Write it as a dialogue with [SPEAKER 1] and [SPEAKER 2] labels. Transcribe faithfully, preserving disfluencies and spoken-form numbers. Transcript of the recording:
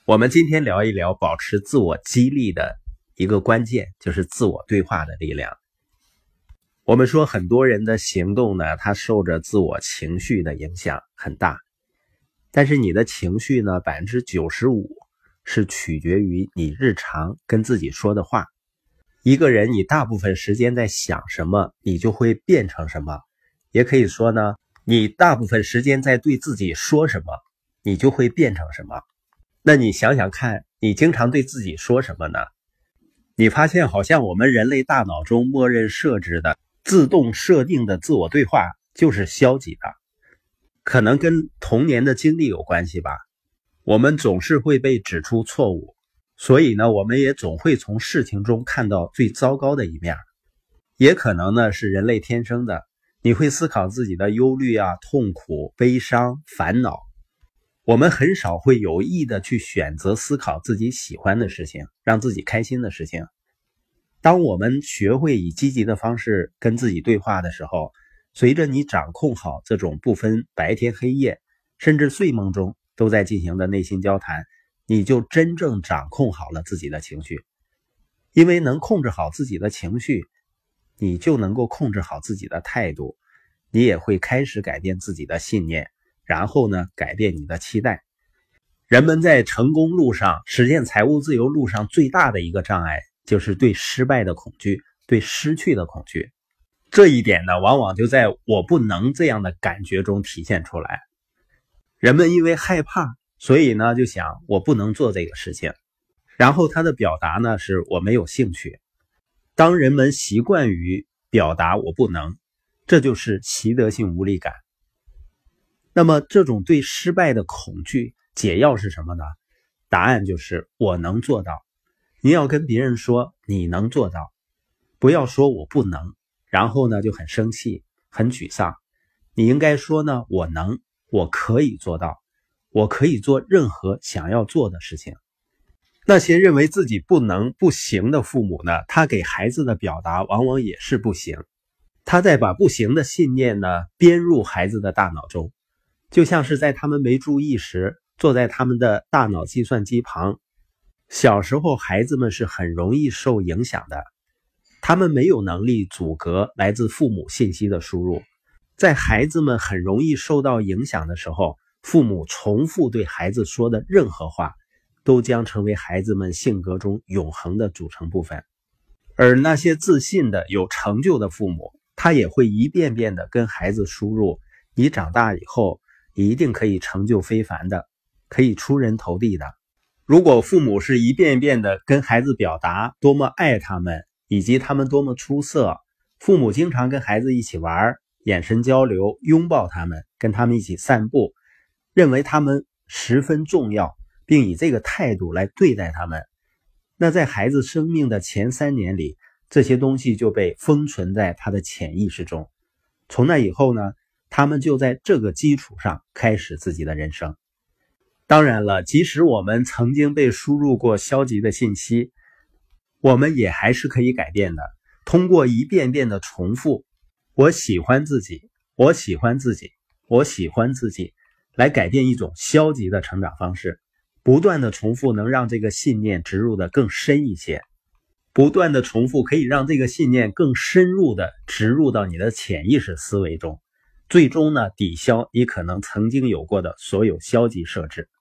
[SPEAKER 1] 我们今天聊一聊保持自我激励的一个关键，就是自我对话的力量。我们说很多人的行动呢，它受着自我情绪的影响很大，但是你的情绪呢 百分之九十五 是取决于你日常跟自己说的话。一个人你大部分时间在想什么，你就会变成什么。也可以说呢，你大部分时间在对自己说什么，你就会变成什么。那你想想看，你经常对自己说什么呢？你发现好像我们人类大脑中默认设置的自动设定的自我对话就是消极的，可能跟童年的经历有关系吧。我们总是会被指出错误，所以呢，我们也总会从事情中看到最糟糕的一面。也可能呢是人类天生的，你会思考自己的忧虑啊、痛苦、悲伤、烦恼。我们很少会有意的去选择思考自己喜欢的事情，让自己开心的事情。当我们学会以积极的方式跟自己对话的时候，随着你掌控好这种不分白天黑夜，甚至睡梦中都在进行的内心交谈，你就真正掌控好了自己的情绪。因为能控制好自己的情绪，你就能够控制好自己的态度，你也会开始改变自己的信念，然后呢，改变你的期待。人们在成功路上，实现财务自由路上最大的一个障碍，就是对失败的恐惧，对失去的恐惧。这一点呢，往往就在我不能这样的感觉中体现出来。人们因为害怕，所以呢，就想我不能做这个事情。然后他的表达呢，是我没有兴趣。当人们习惯于表达我不能，这就是习得性无力感。那么这种对失败的恐惧解药是什么呢？答案就是我能做到。你要跟别人说你能做到，不要说我不能，然后呢就很生气很沮丧。你应该说呢，我能，我可以做到，我可以做任何想要做的事情。那些认为自己不能不行的父母呢，他给孩子的表达往往也是不行，他在把不行的信念呢编入孩子的大脑中，就像是在他们没注意时坐在他们的大脑计算机旁。小时候孩子们是很容易受影响的，他们没有能力阻隔来自父母信息的输入。在孩子们很容易受到影响的时候，父母重复对孩子说的任何话都将成为孩子们性格中永恒的组成部分。而那些自信的有成就的父母，他也会一遍遍地跟孩子输入，你长大以后一定可以成就非凡的，可以出人头地的。如果父母是一遍遍地跟孩子表达多么爱他们，以及他们多么出色，父母经常跟孩子一起玩，眼神交流，拥抱他们，跟他们一起散步，认为他们十分重要，并以这个态度来对待他们，那在孩子生命的前三年里，这些东西就被封存在他的潜意识中。从那以后呢，他们就在这个基础上开始自己的人生。当然了，即使我们曾经被输入过消极的信息，我们也还是可以改变的。通过一遍遍的重复，我喜欢自己，我喜欢自己，我喜欢自己，来改变一种消极的成长方式。不断的重复能让这个信念植入的更深一些，不断的重复可以让这个信念更深入的植入到你的潜意识思维中，最终呢，抵消你可能曾经有过的所有消极设置。